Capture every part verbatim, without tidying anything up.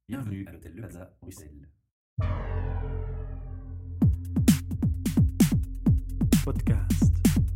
Bienvenue à l'hôtel Le Plaza, Bruxelles. Podcast.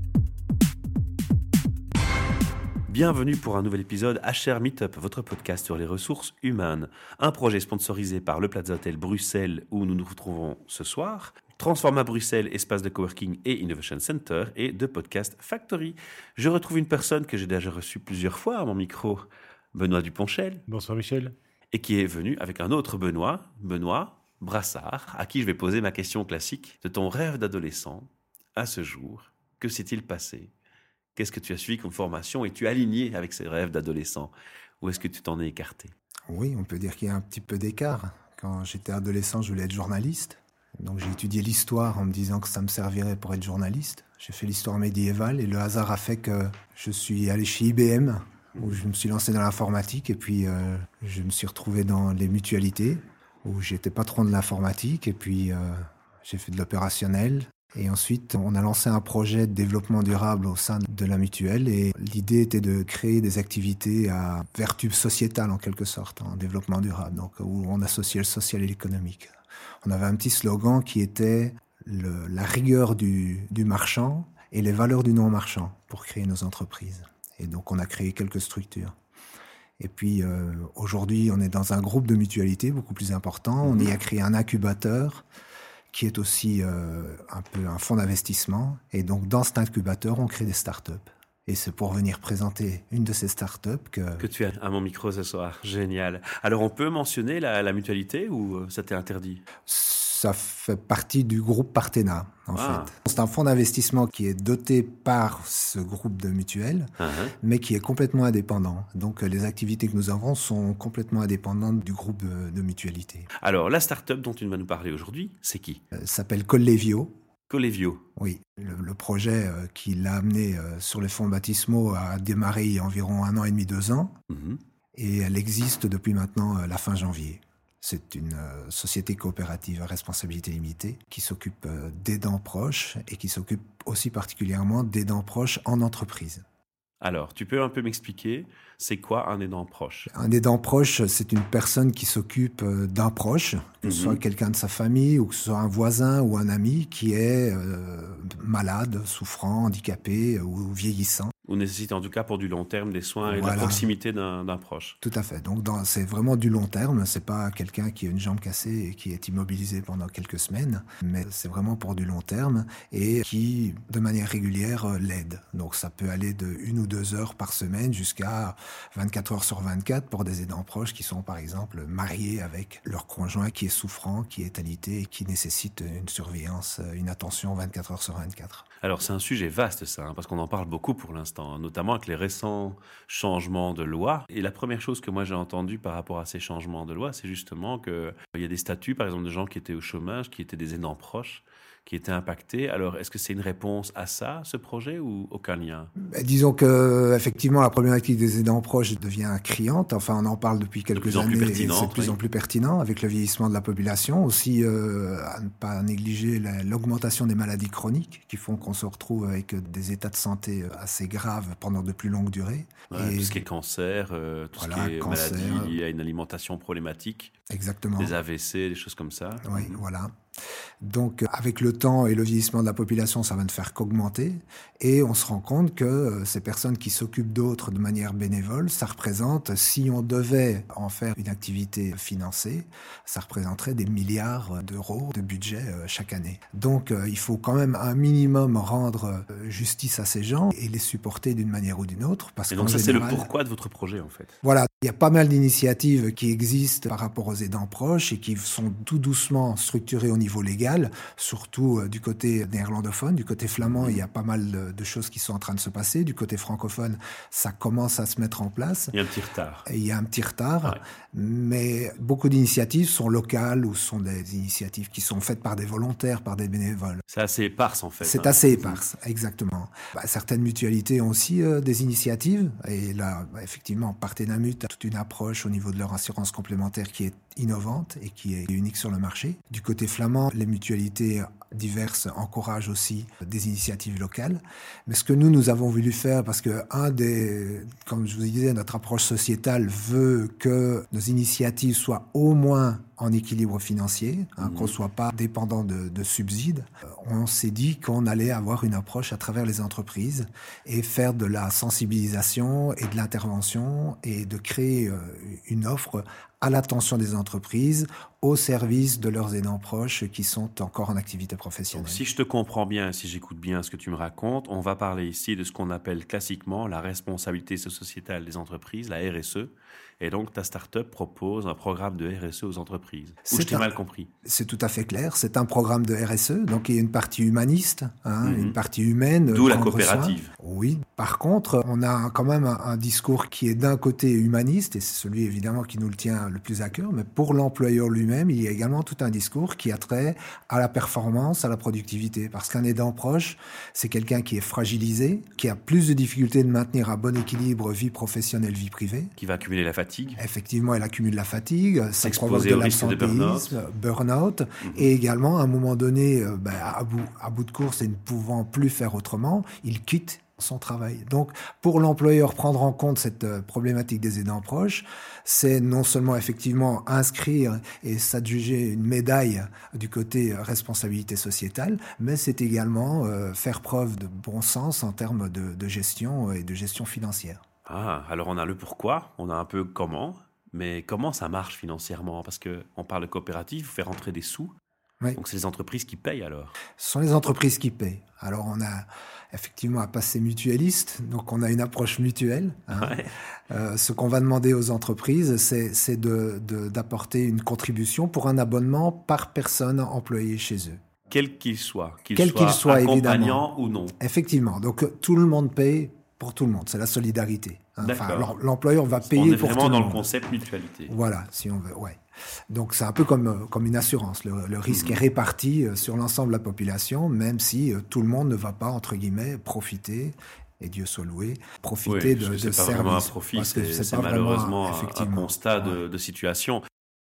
Bienvenue pour un nouvel épisode H R Meetup, votre podcast sur les ressources humaines. Un projet sponsorisé par le Plaza Hotel Bruxelles où nous nous retrouvons ce soir. Transforma Bruxelles, espace de coworking et innovation center, et de Podcast Factory. Je retrouve une personne que j'ai déjà reçue plusieurs fois à mon micro, Benoît Duponchel, Bonsoir Michel. et qui est venu avec un autre Benoît, Benoît Brassard, à qui je vais poser ma question classique de ton rêve d'adolescent à ce jour. Que s'est-il passé ? Qu'est-ce que tu as suivi comme formation? Es-tu aligné avec ces rêves d'adolescent? Ou est-ce que tu t'en es écarté? Oui, on peut dire qu'il y a un petit peu d'écart. Quand j'étais adolescent, je voulais être journaliste. Donc j'ai étudié l'histoire en me disant que ça me servirait pour être journaliste. J'ai fait l'histoire médiévale et le hasard a fait que je suis allé chez I B M, où je me suis lancé dans l'informatique, et puis euh, je me suis retrouvé dans les mutualités, où j'étais patron de l'informatique, et puis euh, j'ai fait de l'opérationnel. Et ensuite, on a lancé un projet de développement durable au sein de la mutuelle, et l'idée était de créer des activités à vertu sociétale en quelque sorte, en développement durable, donc où on associait le social et l'économique. On avait un petit slogan qui était le, la rigueur du, du marchand et les valeurs du non-marchand pour créer nos entreprises. Et donc on a créé quelques structures. Et puis euh, aujourd'hui, on est dans un groupe de mutualité beaucoup plus important. On y a créé un incubateur qui est aussi euh, un peu un fonds d'investissement. Et donc, dans cet incubateur, on crée des startups. Et c'est pour venir présenter une de ces startups que... Que tu as à mon micro ce soir. Génial. Alors, on peut mentionner la, la mutualité ou ça t'est interdit? Ça fait partie du groupe Partena, en Ah. fait. C'est un fonds d'investissement qui est doté par ce groupe de mutuelles, Uh-huh. mais qui est complètement indépendant. Donc, les activités que nous avons sont complètement indépendantes du groupe de, de mutualité. Alors, la start-up dont tu vas nous parler aujourd'hui, c'est qui? Euh, ça s'appelle Collevio. Collevio. Oui, le, le projet euh, qui l'a amené euh, sur les fonds baptismaux a démarré il y a environ un an et demi, deux ans, Mhm. et elle existe depuis maintenant euh, la fin janvier. C'est une euh, société coopérative à responsabilité limitée qui s'occupe euh, d'aidants proches et qui s'occupe aussi particulièrement d'aidants proches en entreprise. Alors, tu peux un peu m'expliquer, c'est quoi un aidant proche? Un aidant proche, c'est une personne qui s'occupe euh, d'un proche, que ce Mhm. soit quelqu'un de sa famille ou que ce soit un voisin ou un ami qui est euh, malade, souffrant, handicapé euh, ou vieillissant. Ou nécessite en tout cas pour du long terme des soins et de la Voilà. proximité d'un, d'un proche. Tout à fait. Donc, dans, c'est vraiment du long terme. C'est pas quelqu'un qui a une jambe cassée et qui est immobilisé pendant quelques semaines, mais c'est vraiment pour du long terme et qui, de manière régulière, euh, l'aide. Donc, ça peut aller de une ou deux heures par semaine jusqu'à vingt-quatre heures sur vingt-quatre pour des aidants proches qui sont, par exemple, mariés avec leur conjoint qui est souffrant, qui est alité et qui nécessite une surveillance, une attention vingt-quatre heures sur vingt-quatre. Alors, c'est un sujet vaste, ça, hein, parce qu'on en parle beaucoup pour l'instant, hein, notamment avec les récents changements de loi. Et la première chose que moi j'ai entendue par rapport à ces changements de loi, c'est justement qu'il y a des statuts, par exemple, de gens qui étaient au chômage, qui étaient des aidants proches, qui étaient impactés. Alors, est-ce que c'est une réponse à ça, ce projet, ou aucun lien? Ben, disons que effectivement la problématique des aidants proches devient criante. Enfin, on en parle depuis quelques plus en plus années et pertinente, c'est de plus oui. en plus pertinent avec le vieillissement de la population. Aussi, euh, à ne pas négliger la- l'augmentation des maladies chroniques qui font qu'on se retrouve avec des états de santé assez graves pendant de plus longues durées. Ouais, Et- tout ce qui est cancer, euh, tout Voilà, ce qui est cancer. maladie liée à une alimentation problématique, Exactement. des A V C, des choses comme ça. Oui, Mhm. voilà. Donc, avec le temps et le vieillissement de la population, ça va ne faire qu'augmenter. Et on se rend compte que euh, ces personnes qui s'occupent d'autres de manière bénévole, ça représente, si on devait en faire une activité financée, ça représenterait des milliards d'euros de budget euh, chaque année. Donc, euh, il faut quand même un minimum rendre euh, justice à ces gens et les supporter d'une manière ou d'une autre. Parce Et qu'en donc ça, c'est le général, pourquoi de votre projet, en fait. voilà, il y a pas mal d'initiatives qui existent par rapport aux aidants proches et qui sont tout doucement structurées au niveau légal, surtout euh, du côté néerlandophone. Du côté flamand, il y a pas mal de, de choses qui sont en train de se passer. Du côté francophone, ça commence à se mettre en place. Il y a un petit retard. Et il y a un petit retard, Ouais. mais beaucoup d'initiatives sont locales ou sont des initiatives qui sont faites par des volontaires, par des bénévoles. C'est assez éparse, en fait. C'est hein. assez éparse, exactement. Bah, certaines mutualités ont aussi euh, des initiatives. Et là, bah, effectivement, Partenamut a toute une approche au niveau de leur assurance complémentaire qui est innovante et qui est unique sur le marché. Du côté flamand, les mutualités diverses encouragent aussi des initiatives locales. Mais ce que nous, nous avons voulu faire, parce que un des, comme je vous disais, notre approche sociétale veut que nos initiatives soient au moins en équilibre financier, hein, mmh. qu'on ne soit pas dépendant de, de subsides. On s'est dit qu'on allait avoir une approche à travers les entreprises et faire de la sensibilisation et de l'intervention et de créer euh, une offre à l'attention des entreprises, au service de leurs aidants proches qui sont encore en activité professionnelle. Donc, si je te comprends bien, si j'écoute bien ce que tu me racontes, on va parler ici de ce qu'on appelle classiquement la responsabilité sociétale des entreprises, la R S E. Et donc, ta start-up propose un programme de R S E aux entreprises. Ou je t'ai mal compris? C'est tout à fait clair. C'est un programme de R S E. Donc, il y a une partie humaniste, hein, mm-hmm. une partie humaine. D'où la coopérative. Soin. Oui. Par contre, on a quand même un, un discours qui est d'un côté humaniste, et c'est celui évidemment qui nous le tient le plus à cœur, mais pour l'employeur lui-même, il y a également tout un discours qui a trait à la performance, à la productivité. Parce qu'un aidant proche, c'est quelqu'un qui est fragilisé, qui a plus de difficultés de maintenir un bon équilibre vie professionnelle, vie privée. Qui va accumuler la fatigue. Effectivement, elle accumule la fatigue, ça provoque de l'absentéisme, burn-out, mmh. et également, à un moment donné, euh, ben, à, bout, à bout de course et ne pouvant plus faire autrement, il quitte son travail. Donc, pour l'employeur, prendre en compte cette euh, problématique des aidants proches, c'est non seulement effectivement inscrire et s'adjuger une médaille du côté euh, responsabilité sociétale, mais c'est également euh, faire preuve de bon sens en termes de, de gestion et de gestion financière. Ah, alors on a le pourquoi, on a un peu comment, mais comment ça marche financièrement? Parce qu'on parle de coopérative, vous fait rentrer des sous, oui. Donc c'est les entreprises qui payent alors? Ce sont les entreprises qui payent. Alors on a effectivement un passé mutualiste, donc on a une approche mutuelle. Hein. Ouais. Euh, ce qu'on va demander aux entreprises, c'est, c'est de, de, d'apporter une contribution pour un abonnement par personne employée chez eux. Quel qu'il soit, qu'il Quel soit, qu'il soit accompagnant évidemment. Ou non. Effectivement, donc tout le monde paye pour tout le monde, c'est la solidarité. Hein. Enfin, l'employeur va payer pour tout le monde. On est vraiment dans le concept mutualité. Voilà, si on veut, ouais. Donc c'est un peu comme, comme une assurance. Le, le risque mmh. est réparti sur l'ensemble de la population, même si tout le monde ne va pas, entre guillemets, profiter, et Dieu soit loué, profiter oui, de, de c'est services. Pas vraiment un profit, parce que c'est, c'est, c'est pas malheureusement vraiment, un, un constat de, ouais. de situation.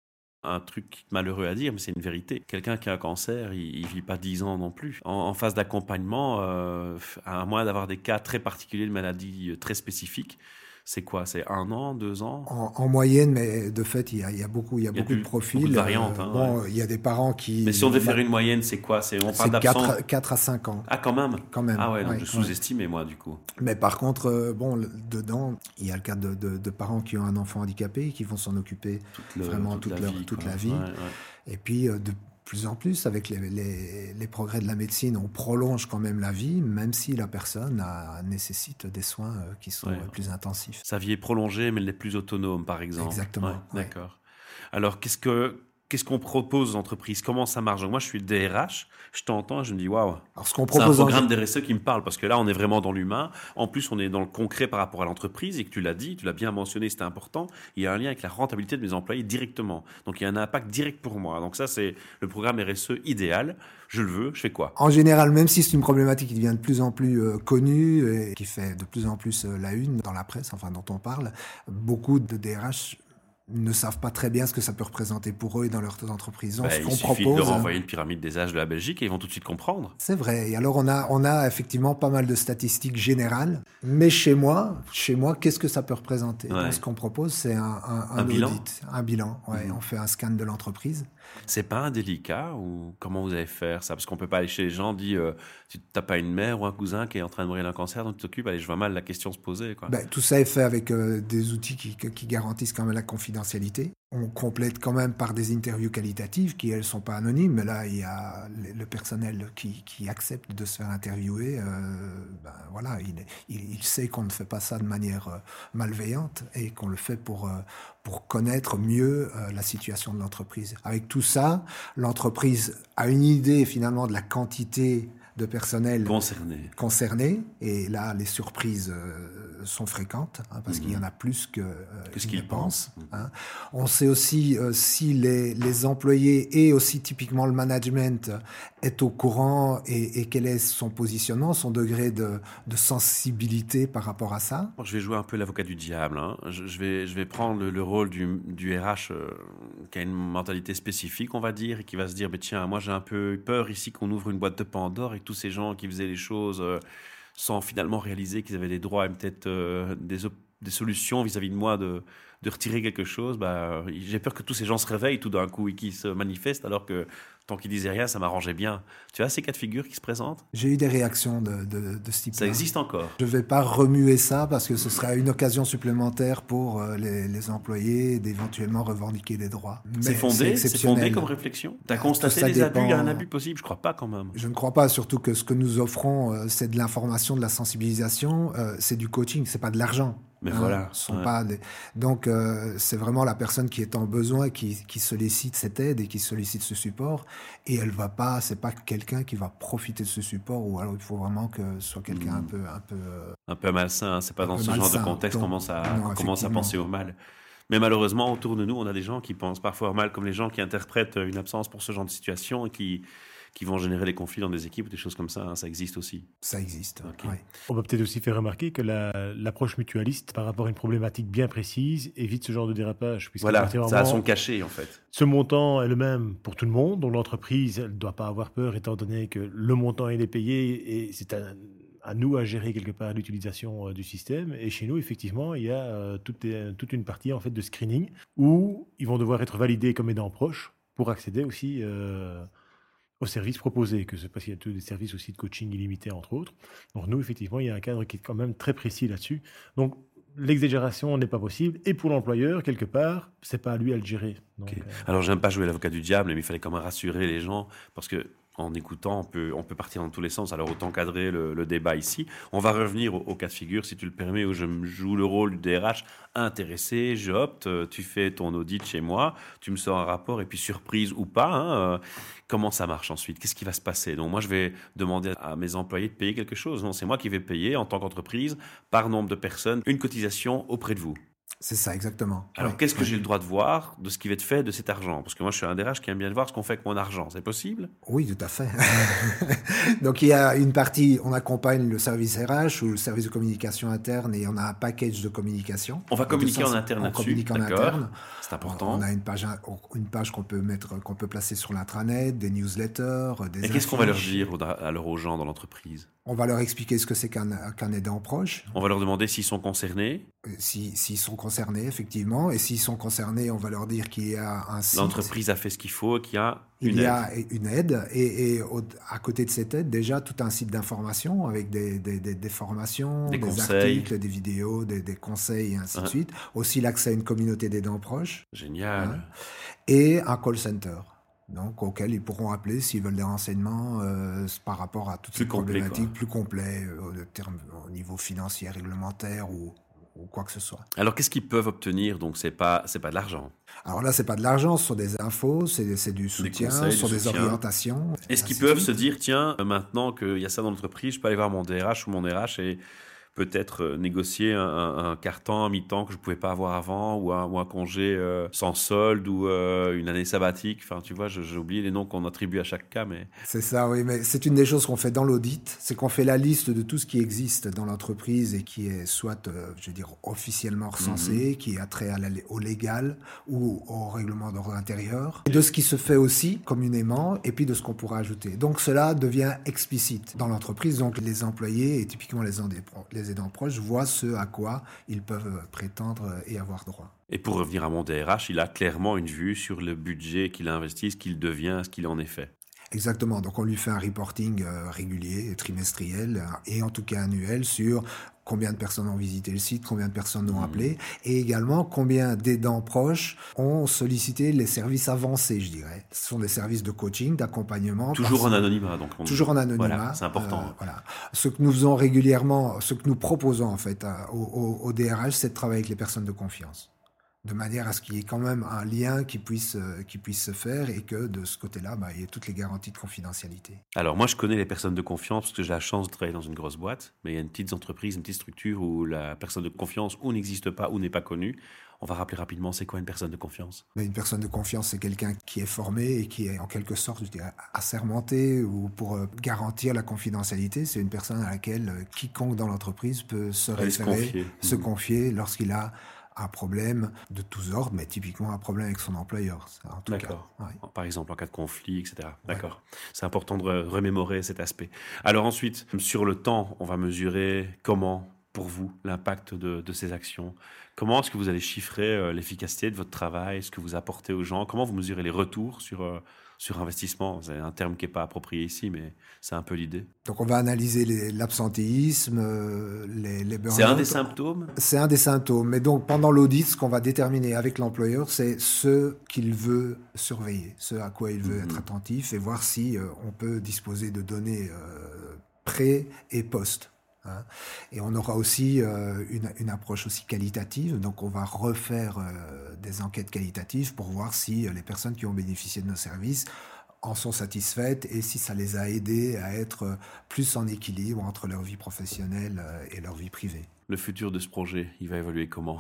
Un truc malheureux à dire, mais c'est une vérité. Quelqu'un qui a un cancer, il ne vit pas dix ans non plus. En, en phase d'accompagnement, euh, à moins d'avoir des cas très particuliers de maladies très spécifiques, c'est quoi? C'est un an, deux ans? En, en moyenne, mais de fait, il y a, il y a beaucoup, il y a, il y a beaucoup plus, de profils. Beaucoup de variantes. Euh, hein, bon, ouais. il y a des parents qui... Mais si on devait faire une moyenne, c'est quoi? C'est, on parle d'absence quatre à cinq ans. Ah, quand même? Quand même. Ah ouais, donc ouais, je sous-estimais, ouais. moi, du coup. Mais par contre, euh, bon, dedans, il y a le cas de, de, de parents qui ont un enfant handicapé et qui vont s'en occuper toute le, vraiment toute, toute, la, leur, vie, toute la vie. Ouais, ouais. Et puis, euh, de plus en plus, avec les, les, les progrès de la médecine, on prolonge quand même la vie, même si la personne a, nécessite des soins qui sont ouais. plus intensifs. Sa vie est prolongée, mais elle n'est plus autonome, par exemple. Exactement. Ouais, ouais. D'accord. Alors, qu'est-ce que... Qu'est-ce qu'on propose aux entreprises? Comment ça marche? Donc moi, je suis le D R H, je t'entends, je me dis waouh. Alors ce qu'on propose, c'est un programme en... D R S E qui me parle parce que là, on est vraiment dans l'humain. En plus, on est dans le concret par rapport à l'entreprise et que tu l'as dit, tu l'as bien mentionné, c'était important. Il y a un lien avec la rentabilité de mes employés directement. Donc il y a un impact direct pour moi. Donc ça, c'est le programme R S E idéal. Je le veux. Je fais quoi? En général, même si c'est une problématique qui devient de plus en plus euh, connue et qui fait de plus en plus euh, la une dans la presse, enfin dont on parle, beaucoup de D R H ne savent pas très bien ce que ça peut représenter pour eux et dans leur entreprise. Donc, bah, ce qu'on il suffit propose, de leur envoyer une pyramide des âges de la Belgique et ils vont tout de suite comprendre. C'est vrai. Et alors, on a, on a effectivement pas mal de statistiques générales. Mais chez moi, chez moi, qu'est-ce que ça peut représenter? ouais. Donc, ce qu'on propose, c'est un, un, un, un audit, bilan. Un bilan. Ouais, mmh. On fait un scan de l'entreprise. C'est pas indélicat ou comment vous allez faire ça? Parce qu'on peut pas aller chez les gens, dire euh, tu n'as pas une mère ou un cousin qui est en train de mourir d'un cancer, donc tu t'occupes. Allez, je vois mal la question se poser. Quoi. Ben, tout ça est fait avec euh, des outils qui, qui garantissent quand même la confidentialité. On complète quand même par des interviews qualitatives qui, elles, sont pas anonymes. Mais là, il y a le personnel qui, qui accepte de se faire interviewer. Euh, ben, voilà, il, il, il sait qu'on ne fait pas ça de manière euh, malveillante et qu'on le fait pour, euh, pour connaître mieux euh, la situation de l'entreprise. Avec tout ça, l'entreprise a une idée finalement de la quantité de personnel concerné. concerné. Et là, les surprises euh, sont fréquentes, hein, parce mmh. qu'il y en a plus que, euh, que ce qu'ils pensent. Pense, hein. On sait aussi euh, si les, les employés et aussi typiquement le management est au courant et, et quel est son positionnement, son degré de, de sensibilité par rapport à ça. Bon, je vais jouer un peu l'avocat du diable. Hein. Je, je, vais, je vais prendre le, le rôle du, du R H euh, qui a une mentalité spécifique, on va dire, et qui va se dire, bah, tiens, moi j'ai un peu peur ici qu'on ouvre une boîte de Pandore et que tous ces gens qui faisaient les choses euh, sans finalement réaliser qu'ils avaient des droits et peut-être euh, des, op- des solutions vis-à-vis de moi de, de retirer quelque chose. Bah, j'ai peur que tous ces gens se réveillent tout d'un coup et qu'ils se manifestent alors que tant qu'ils disaient rien, ça m'arrangeait bien. Tu as ces cas de figure qui se présentent? J'ai eu des réactions de, de, de ce type-là. Ça existe encore? Je ne vais pas remuer ça parce que ce sera une occasion supplémentaire pour euh, les, les employés d'éventuellement revendiquer des droits. C'est Mais fondé, c'est exceptionnel. fondé comme réflexion? Tu as Ah, constaté tout ça des abus? Il y a un dépend. abus possible? Je crois pas quand même. Je ne crois pas, surtout que ce que nous offrons, euh, c'est de l'information, de la sensibilisation, euh, c'est du coaching, c'est pas de l'argent. Mais Hein, voilà. ce sont ouais. pas des... Donc, euh, c'est vraiment la personne qui est en besoin, qui, qui sollicite cette aide et qui sollicite ce support. Et elle va pas, c'est pas quelqu'un qui va profiter de ce support, ou alors il faut vraiment que ce soit quelqu'un un Mm. peu, un peu. euh, Un peu malsain, hein. C'est pas Un dans peu ce genre de malsain. contexte qu'on Donc, commence à, non, qu'on commence à effectivement. penser au mal. Mais malheureusement, autour de nous, on a des gens qui pensent parfois au mal, comme les gens qui interprètent une absence pour ce genre de situation et qui, qui vont générer des conflits dans des équipes ou des choses comme ça. Hein. Ça existe aussi. Ça existe. Ok. ouais. On va peut-être aussi faire remarquer que la- l'approche mutualiste par rapport à une problématique bien précise évite ce genre de dérapage. puisqu'à Voilà, partir du ça a moment- son cachet en fait. Ce montant est le même pour tout le monde, donc l'entreprise elle ne doit pas avoir peur étant donné que le montant il est payé et c'est à, à nous à gérer quelque part l'utilisation euh, du système. Et chez nous, effectivement, il y a euh, toute, des- toute une partie en fait de screening où ils vont devoir être validés comme aidants proches pour accéder aussi euh, aux services proposés, que c'est parce qu'il y a tous des services aussi de coaching illimité entre autres. Donc nous, effectivement, il y a un cadre qui est quand même très précis là-dessus. Donc l'exagération n'est pas possible et pour l'employeur, quelque part, c'est pas à lui à le gérer. Donc, Ok. euh, Alors, j'aime pas jouer l'avocat du diable, mais il fallait quand même rassurer les gens parce que en écoutant, on peut, on peut partir dans tous les sens. Alors, autant cadrer le, le débat ici. On va revenir au, au cas de figure, si tu le permets, où je me joue le rôle du D R H intéressé. J'opte, euh, tu fais ton audit chez moi, tu me sors un rapport et puis surprise ou pas, hein, euh, comment ça marche ensuite? Qu'est-ce qui va se passer? Donc, moi, je vais demander à mes employés de payer quelque chose. Non, c'est moi qui vais payer en tant qu'entreprise par nombre de personnes une cotisation auprès de vous. C'est ça, exactement. Alors, Ouais, qu'est-ce que ouais. j'ai le droit de voir de ce qui va être fait de cet argent? Parce que moi, je suis un D R H qui aime bien voir ce qu'on fait avec mon argent. C'est possible? Oui, tout à fait. Donc il y a une partie, on accompagne le service R H ou le service de communication interne et on a un package de communication. On va Donc, communiquer ça, en c'est- interne on là-dessus. communique en D'accord. interne. C'est important. On a une page, une page qu'on peut mettre, qu'on peut placer sur l'intranet, des newsletters, des Et qu'est-ce qu'on va leur affiches. dire aux- alors aux gens dans l'entreprise? On va leur expliquer ce que c'est qu'un qu'un aidant proche, On va leur demander s'ils sont concernés. euh, si- s'ils sont concernés effectivement, et s'ils sont concernés, on va leur dire qu'il y a un site. L'entreprise a fait ce qu'il faut et qu'il y a Il une y aide. a une aide et, et au- à côté de cette aide, déjà tout un site d'information avec des, des, des, des formations, Des des, conseils. articles, des vidéos, des, des conseils et ainsi Ouais. de suite. Aussi l'accès à une communauté d'aidants proches Génial. Hein. et un call center. Donc, auquel ils pourront appeler s'ils veulent des renseignements euh, par rapport à toutes Plus ces complet, problématiques quoi. plus complets euh, au, terme- au niveau financier, réglementaire ou, ou quoi que ce soit. Alors, qu'est-ce qu'ils peuvent obtenir? Donc, c'est pas, c'est pas de l'argent. Alors là, c'est pas de l'argent, ce sont des infos, c'est c'est du soutien, conseils, ce sont du des soutien. orientations. Est-ce qu'ils ainsi de peuvent suite. se dire, tiens, euh, maintenant qu'il y a ça dans l'entreprise, je peux aller voir mon D R H ou mon R H et peut-être euh, négocier un, un, un quart-temps, un mi-temps que je ne pouvais pas avoir avant, ou un, ou un congé euh, sans solde, ou euh, une année sabbatique. Enfin, tu vois, je- j'ai oublié les noms qu'on attribue à chaque cas, mais C'est ça, oui, mais c'est une des choses qu'on fait dans l'audit, c'est qu'on fait la liste de tout ce qui existe dans l'entreprise et qui est soit, euh, je veux dire, officiellement recensé, qui a trait à la- au légal ou au règlement d'ordre intérieur, et de ce qui se fait aussi communément, et puis de ce qu'on pourra ajouter. Donc cela devient explicite dans l'entreprise, donc les employés et typiquement les, endé- les aidants proches voient ce à quoi ils peuvent prétendre et avoir droit. Et pour revenir à mon D R H, il a clairement une vue sur le budget qu'il a investi, ce qu'il devient, ce qu'il en est fait. Exactement. Donc on lui fait un reporting euh, régulier, trimestriel euh, et en tout cas annuel sur combien de personnes ont visité le site, combien de personnes l'ont Mmh. appelé et également combien d'aidants proches ont sollicité les services avancés, je dirais. Ce sont des services de coaching, d'accompagnement. Toujours parce- en anonymat, donc. on- Toujours en anonymat. Voilà, c'est important. Euh, voilà. Ce que nous faisons régulièrement, ce que nous proposons en fait à- au, au- au D R H, c'est de travailler avec les personnes de confiance, de manière à ce qu'il y ait quand même un lien qui puisse euh, qui puisse se faire et que de ce côté-là, bah, il y ait toutes les garanties de confidentialité. Alors moi, je connais les personnes de confiance parce que j'ai la chance de travailler dans une grosse boîte, mais il y a une petite entreprise, une petite structure où la personne de confiance ou n'existe pas ou n'est pas connue. On va rappeler rapidement, c'est quoi une personne de confiance? Mais une personne de confiance, c'est quelqu'un qui est formé et qui est en quelque sorte, je dirais, assermenté ou pour euh, garantir la confidentialité. C'est une personne à laquelle euh, quiconque dans l'entreprise peut se Allez, se référer, confier. se Mhm. confier lorsqu'il a un problème de tous ordres, mais typiquement un problème avec son employeur. Ça, en tout D'accord. cas. Ouais. Par exemple, en cas de conflit, et cetera. D'accord. C'est important de re- remémorer cet aspect. Alors ensuite, sur le temps, on va mesurer comment, pour vous, l'impact de, de ces actions. Comment est-ce que vous allez chiffrer euh, l'efficacité de votre travail, ce que vous apportez aux gens? Comment vous mesurez les retours sur, euh, sur investissement? C'est un terme qui n'est pas approprié ici, mais c'est un peu l'idée. Donc on va analyser les- l'absentéisme, euh, les, les C'est un des burn-out. symptômes? C'est un des symptômes. Mais donc, pendant l'audit, ce qu'on va déterminer avec l'employeur, c'est ce qu'il veut surveiller, ce à quoi il veut Mhm. être attentif et voir si euh, on peut disposer de données euh, pré et post. Hein. Et on aura aussi euh, une, une approche aussi qualitative. Donc, on va refaire euh, des enquêtes qualitatives pour voir si euh, les personnes qui ont bénéficié de nos services en sont satisfaites et si ça les a aidées à être euh, plus en équilibre entre leur vie professionnelle euh, et leur vie privée. Le futur de ce projet, il va évoluer comment?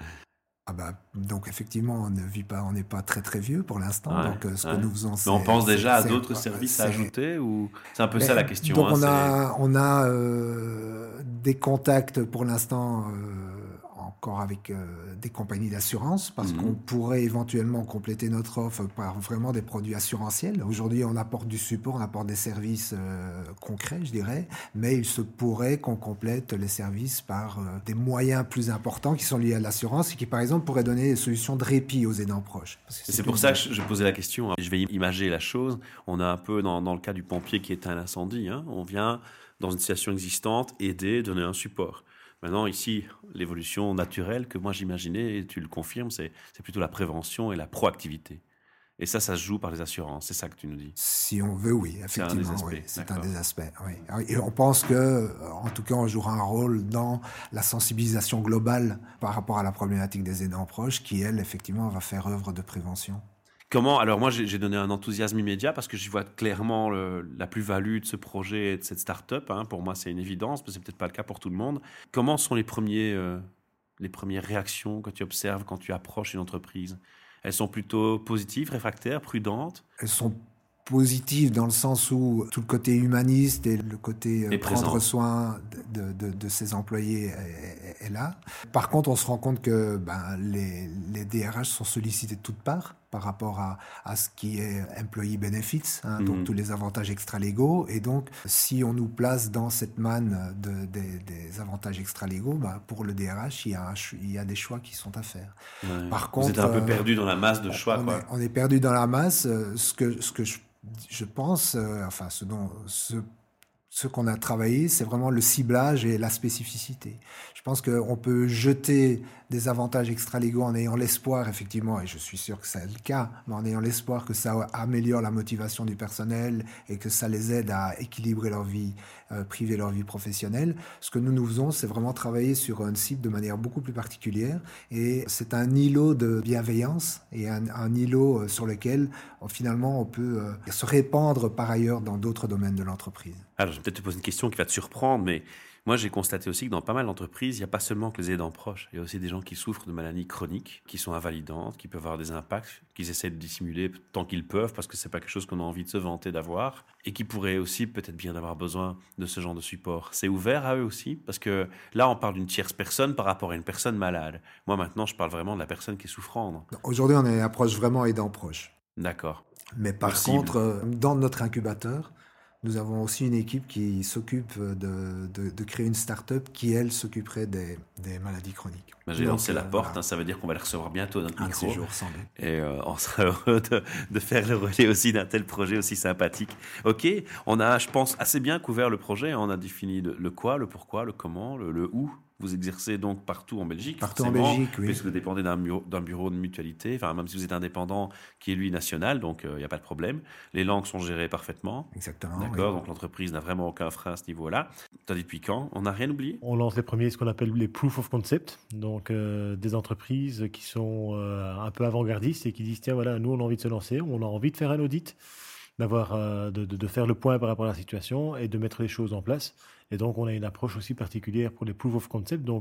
Ah bah, donc effectivement, on ne vit pas, on n'est pas très très vieux pour l'instant. Ouais, donc euh, ce ouais. que nous faisons, Mais on c'est- pense c'est- déjà à c'est- d'autres services à c'est- ajouter ou c'est un peu Mais, ça la question, donc hein, on c'est- a, on a euh, des contacts pour l'instant euh, encore avec euh, des compagnies d'assurance parce Mhm. qu'on pourrait éventuellement compléter notre offre par vraiment des produits assurantiels. Aujourd'hui, on apporte du support, on apporte des services euh, concrets, je dirais, mais il se pourrait qu'on complète les services par euh, des moyens plus importants qui sont liés à l'assurance et qui, par exemple, pourraient donner des solutions de répit aux aidants proches. Parce que Et c'est pour une- ça que je je posais la question. hein. Je vais imager la chose. On a un peu dans, dans le cas du pompier qui éteint l'incendie. hein. On vient dans une situation existante aider, donner un support. Maintenant, ici, l'évolution naturelle que moi j'imaginais, et tu le confirmes, c'est c'est plutôt la prévention et la proactivité. Et ça, ça se joue par les assurances. C'est ça que tu nous dis. Si on veut, oui, C'est un effectivement, des aspects, oui, c'est un d'accord. des aspects. Oui. Et on pense que, euh, en tout cas, on jouera un rôle dans la sensibilisation globale par rapport à la problématique des aidants proches, qui elle, effectivement, va faire œuvre de prévention. Comment? Alors moi, j'ai j'ai donné un enthousiasme immédiat parce que j'y vois clairement le- la plus-value de ce projet et de cette start-up. hein. Pour moi, c'est une évidence, mais c'est peut-être pas le cas pour tout le monde. Comment sont les premiers, euh, les premières réactions que tu observes quand tu approches une entreprise? Elles sont plutôt positives, réfractaires, prudentes? Elles sont positives dans le sens où tout le côté humaniste et le côté euh, Et prendre présent. soin de, de, de ses employés est, est- est là. Par contre, on se rend compte que ben, les, les D R H sont sollicités de toutes parts par rapport à, à ce qui est employee benefits, hein, donc Mhm. tous les avantages extra-légaux. Et donc, si on nous place dans cette manne de, des- des avantages extra-légaux, ben, pour le D R H, il y, a un ch- il y a des choix qui sont à faire. Ouais. Par Vous êtes contre, un peu euh, perdu dans la masse de choix, on, quoi. est, on est perdu dans la masse. Euh, Ce que, ce que je, je pense, euh, enfin, ce dont, ce, ce qu'on a travaillé, c'est vraiment le ciblage et la spécificité. Je pense qu'on peut jeter des avantages extra-légaux en ayant l'espoir, effectivement, et je suis sûr que c'est le cas, mais en ayant l'espoir que ça améliore la motivation du personnel et que ça les aide à équilibrer leur vie euh, privée, leur vie professionnelle. Ce que nous nous faisons, c'est vraiment travailler sur une cible de manière beaucoup plus particulière, et c'est un îlot de bienveillance et un, un îlot euh, sur lequel, euh, finalement, on peut euh, se répandre par ailleurs dans d'autres domaines de l'entreprise. Alors, je vais peut-être te poser une question qui va te surprendre, mais moi, j'ai constaté aussi que dans pas mal d'entreprises, il n'y a pas seulement que les aidants proches. Il y a aussi des gens qui souffrent de maladies chroniques, qui sont invalidantes, qui peuvent avoir des impacts, qu'ils essaient de dissimuler tant qu'ils peuvent, parce que c'est pas quelque chose qu'on a envie de se vanter d'avoir, et qui pourraient aussi peut-être bien avoir besoin de ce genre de support. C'est ouvert à eux aussi, parce que là, on parle d'une tierce personne par rapport à une personne malade. Moi, maintenant, je parle vraiment de la personne qui est souffrante. Aujourd'hui, on a une approche vraiment aidant proche. D'accord. Mais par Possible. contre, euh, dans notre incubateur, nous avons aussi une équipe qui s'occupe de, de, de créer une start-up qui, elle, s'occuperait des, des maladies chroniques. Ben, j'ai Donc, lancé la euh, porte, voilà. hein, ça veut dire qu'on va les recevoir bientôt dans notre Un de ces micro. jours, sans doute. Et euh, on sera heureux de, de faire le relais aussi d'un tel projet aussi sympathique. Ok, on a, je pense, assez bien couvert le projet. On a défini le, le quoi, le pourquoi, le comment, le, le où. Vous exercez donc partout en Belgique. Partout en forcément, Belgique, oui. Puisque vous dépendez d'un bureau, d'un bureau de mutualité, enfin, même si vous êtes indépendant, qui est lui national, donc il n'y a pas de problème. Les langues sont gérées parfaitement. Exactement. D'accord, oui. donc l'entreprise n'a vraiment aucun frein à ce niveau-là. Tu as dit depuis quand? On n'a rien oublié? On lance les premiers, ce qu'on appelle les proof of concept, donc euh, des entreprises qui sont euh, un peu avant-gardistes et qui disent tiens voilà, nous on a envie de se lancer, on a envie de faire un audit, d'avoir euh, de, de, de faire le point par rapport à la situation et de mettre les choses en place. Et donc on a une approche aussi particulière pour les proof of concept. Donc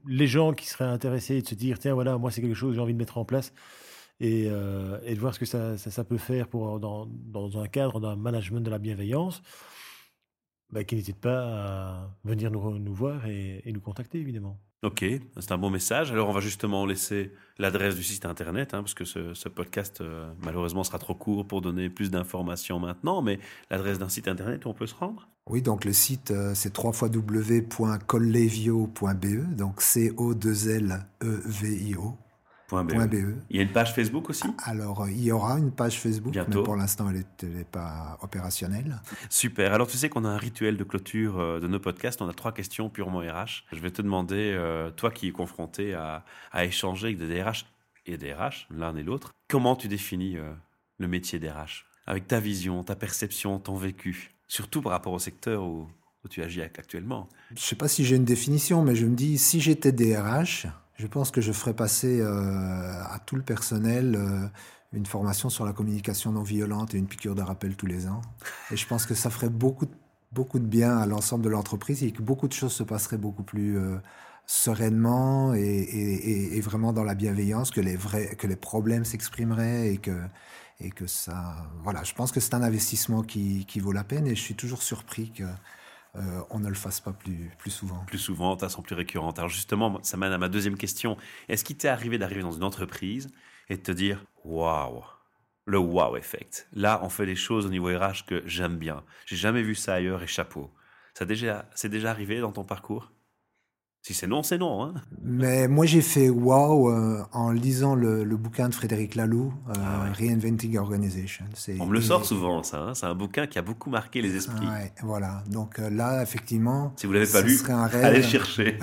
les gens qui seraient intéressés de se dire, tiens, voilà, moi, c'est quelque chose que j'ai envie de mettre en place et, euh, et de voir ce que ça, ça, ça peut faire pour, dans, dans un cadre d'un management de la bienveillance, bah, qui n'hésitent pas à venir nous, nous voir et, et nous contacter, évidemment. Ok, c'est un bon message. Alors, on va justement laisser l'adresse du site internet, hein, parce que ce, ce podcast, euh, malheureusement, sera trop court pour donner plus d'informations maintenant, mais l'adresse d'un site internet où on peut se rendre? Oui, donc le site, euh, c'est w w w point collevio point b e, donc C O deux L E V I O. Point B E. Il y a une page Facebook aussi? Alors, euh, il y aura une page Facebook, bientôt, mais pour l'instant, elle n'est pas opérationnelle. Super. Alors, tu sais qu'on a un rituel de clôture euh, de nos podcasts. On a trois questions purement R H. Je vais te demander, euh, toi qui es confronté à, à échanger avec des D R H et des R H, l'un et l'autre, comment tu définis euh, le métier D R H? Avec ta vision, ta perception, ton vécu, surtout par rapport au secteur où, où tu agis actuellement. Je ne sais pas si j'ai une définition, mais je me dis, si j'étais D R H... je pense que je ferais passer euh, à tout le personnel euh, une formation sur la communication non violente et une piqûre de rappel tous les ans. Et je pense que ça ferait beaucoup, beaucoup de bien à l'ensemble de l'entreprise et que beaucoup de choses se passeraient beaucoup plus euh, sereinement et, et, et vraiment dans la bienveillance, que les, vrais, que les problèmes s'exprimeraient et que, et que ça... Voilà, je pense que c'est un investissement qui, qui vaut la peine et je suis toujours surpris que... Euh, on ne le fasse pas plus, plus souvent. Plus souvent, de façon plus récurrente. Alors justement, ça mène à ma deuxième question. Est-ce qu'il t'est arrivé d'arriver dans une entreprise et de te dire « Waouh !» Le wow effect. Là, on fait des choses au niveau R H que j'aime bien. J'ai jamais vu ça ailleurs et chapeau. Ça déjà, c'est déjà arrivé dans ton parcours? Si c'est non, c'est non. Hein. Mais moi, j'ai fait wow euh, en lisant le, le bouquin de Frédéric Laloux, euh, ah ouais. Reinventing Organization. C'est, On me le sort et, souvent, ça. Hein. C'est un bouquin qui a beaucoup marqué les esprits. Ouais, voilà. Donc euh, là, effectivement, si vous l'avez pas lu, serait un rêve, allez chercher.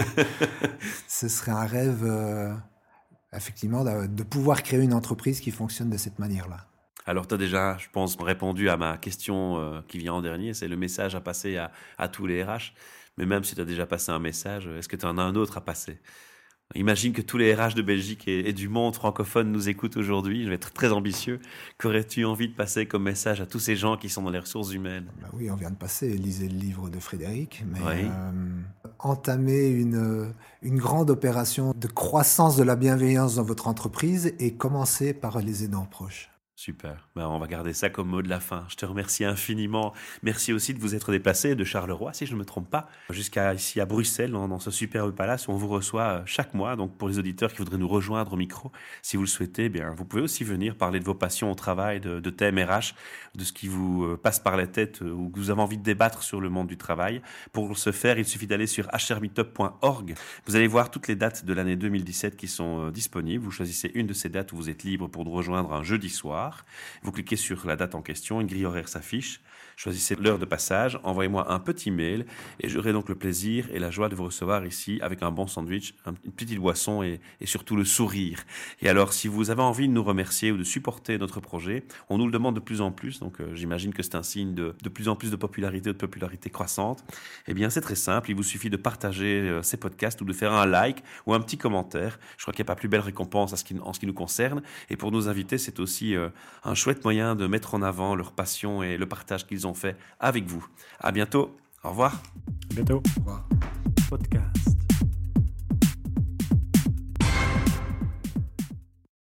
Ce serait un rêve, euh, effectivement, de, de pouvoir créer une entreprise qui fonctionne de cette manière-là. Alors, tu as déjà, je pense, répondu à ma question euh, qui vient en dernier. C'est le message à passer à, à tous les R H. Mais même si tu as déjà passé un message, est-ce que tu en as un autre à passer? Imagine que tous les R H de Belgique et, et du monde francophone nous écoutent aujourd'hui. Je vais être très ambitieux. Qu'aurais-tu envie de passer comme message à tous ces gens qui sont dans les ressources humaines? Bah oui, on vient de passer. Lisez le livre de Frédéric. Mais oui. euh, entamer une, une grande opération de croissance de la bienveillance dans votre entreprise et commencer par les aidants proches. Super. Ben, on va garder ça comme mot de la fin. Je te remercie infiniment. Merci aussi de vous être déplacé de Charleroi, si je ne me trompe pas, jusqu'à ici à Bruxelles, dans, dans ce superbe palace où on vous reçoit chaque mois. Donc, pour les auditeurs qui voudraient nous rejoindre au micro, si vous le souhaitez, bien, vous pouvez aussi venir parler de vos passions au travail, de, de thèmes R H, de ce qui vous passe par la tête ou que vous avez envie de débattre sur le monde du travail. Pour ce faire, il suffit d'aller sur h r meetup point org. Vous allez voir toutes les dates de l'année deux mille dix-sept qui sont disponibles. Vous choisissez une de ces dates où vous êtes libre pour nous rejoindre un jeudi soir. Vous cliquez sur la date en question, une grille horaire s'affiche, choisissez l'heure de passage, envoyez-moi un petit mail et j'aurai donc le plaisir et la joie de vous recevoir ici avec un bon sandwich, une petite boisson et, et surtout le sourire. Et alors, si vous avez envie de nous remercier ou de supporter notre projet, on nous le demande de plus en plus, donc euh, j'imagine que c'est un signe de, de plus en plus de popularité, de popularité croissante. Eh bien, c'est très simple, il vous suffit de partager euh, ces podcasts ou de faire un like ou un petit commentaire. Je crois qu'il n'y a pas plus belle récompense en ce qui, en ce qui nous concerne. Et pour nos invités, c'est aussi euh, un chouette moyen de mettre en avant leur passion et le partage qu'ils ont fait avec vous. À bientôt. Au revoir. À bientôt. Au revoir. Podcast.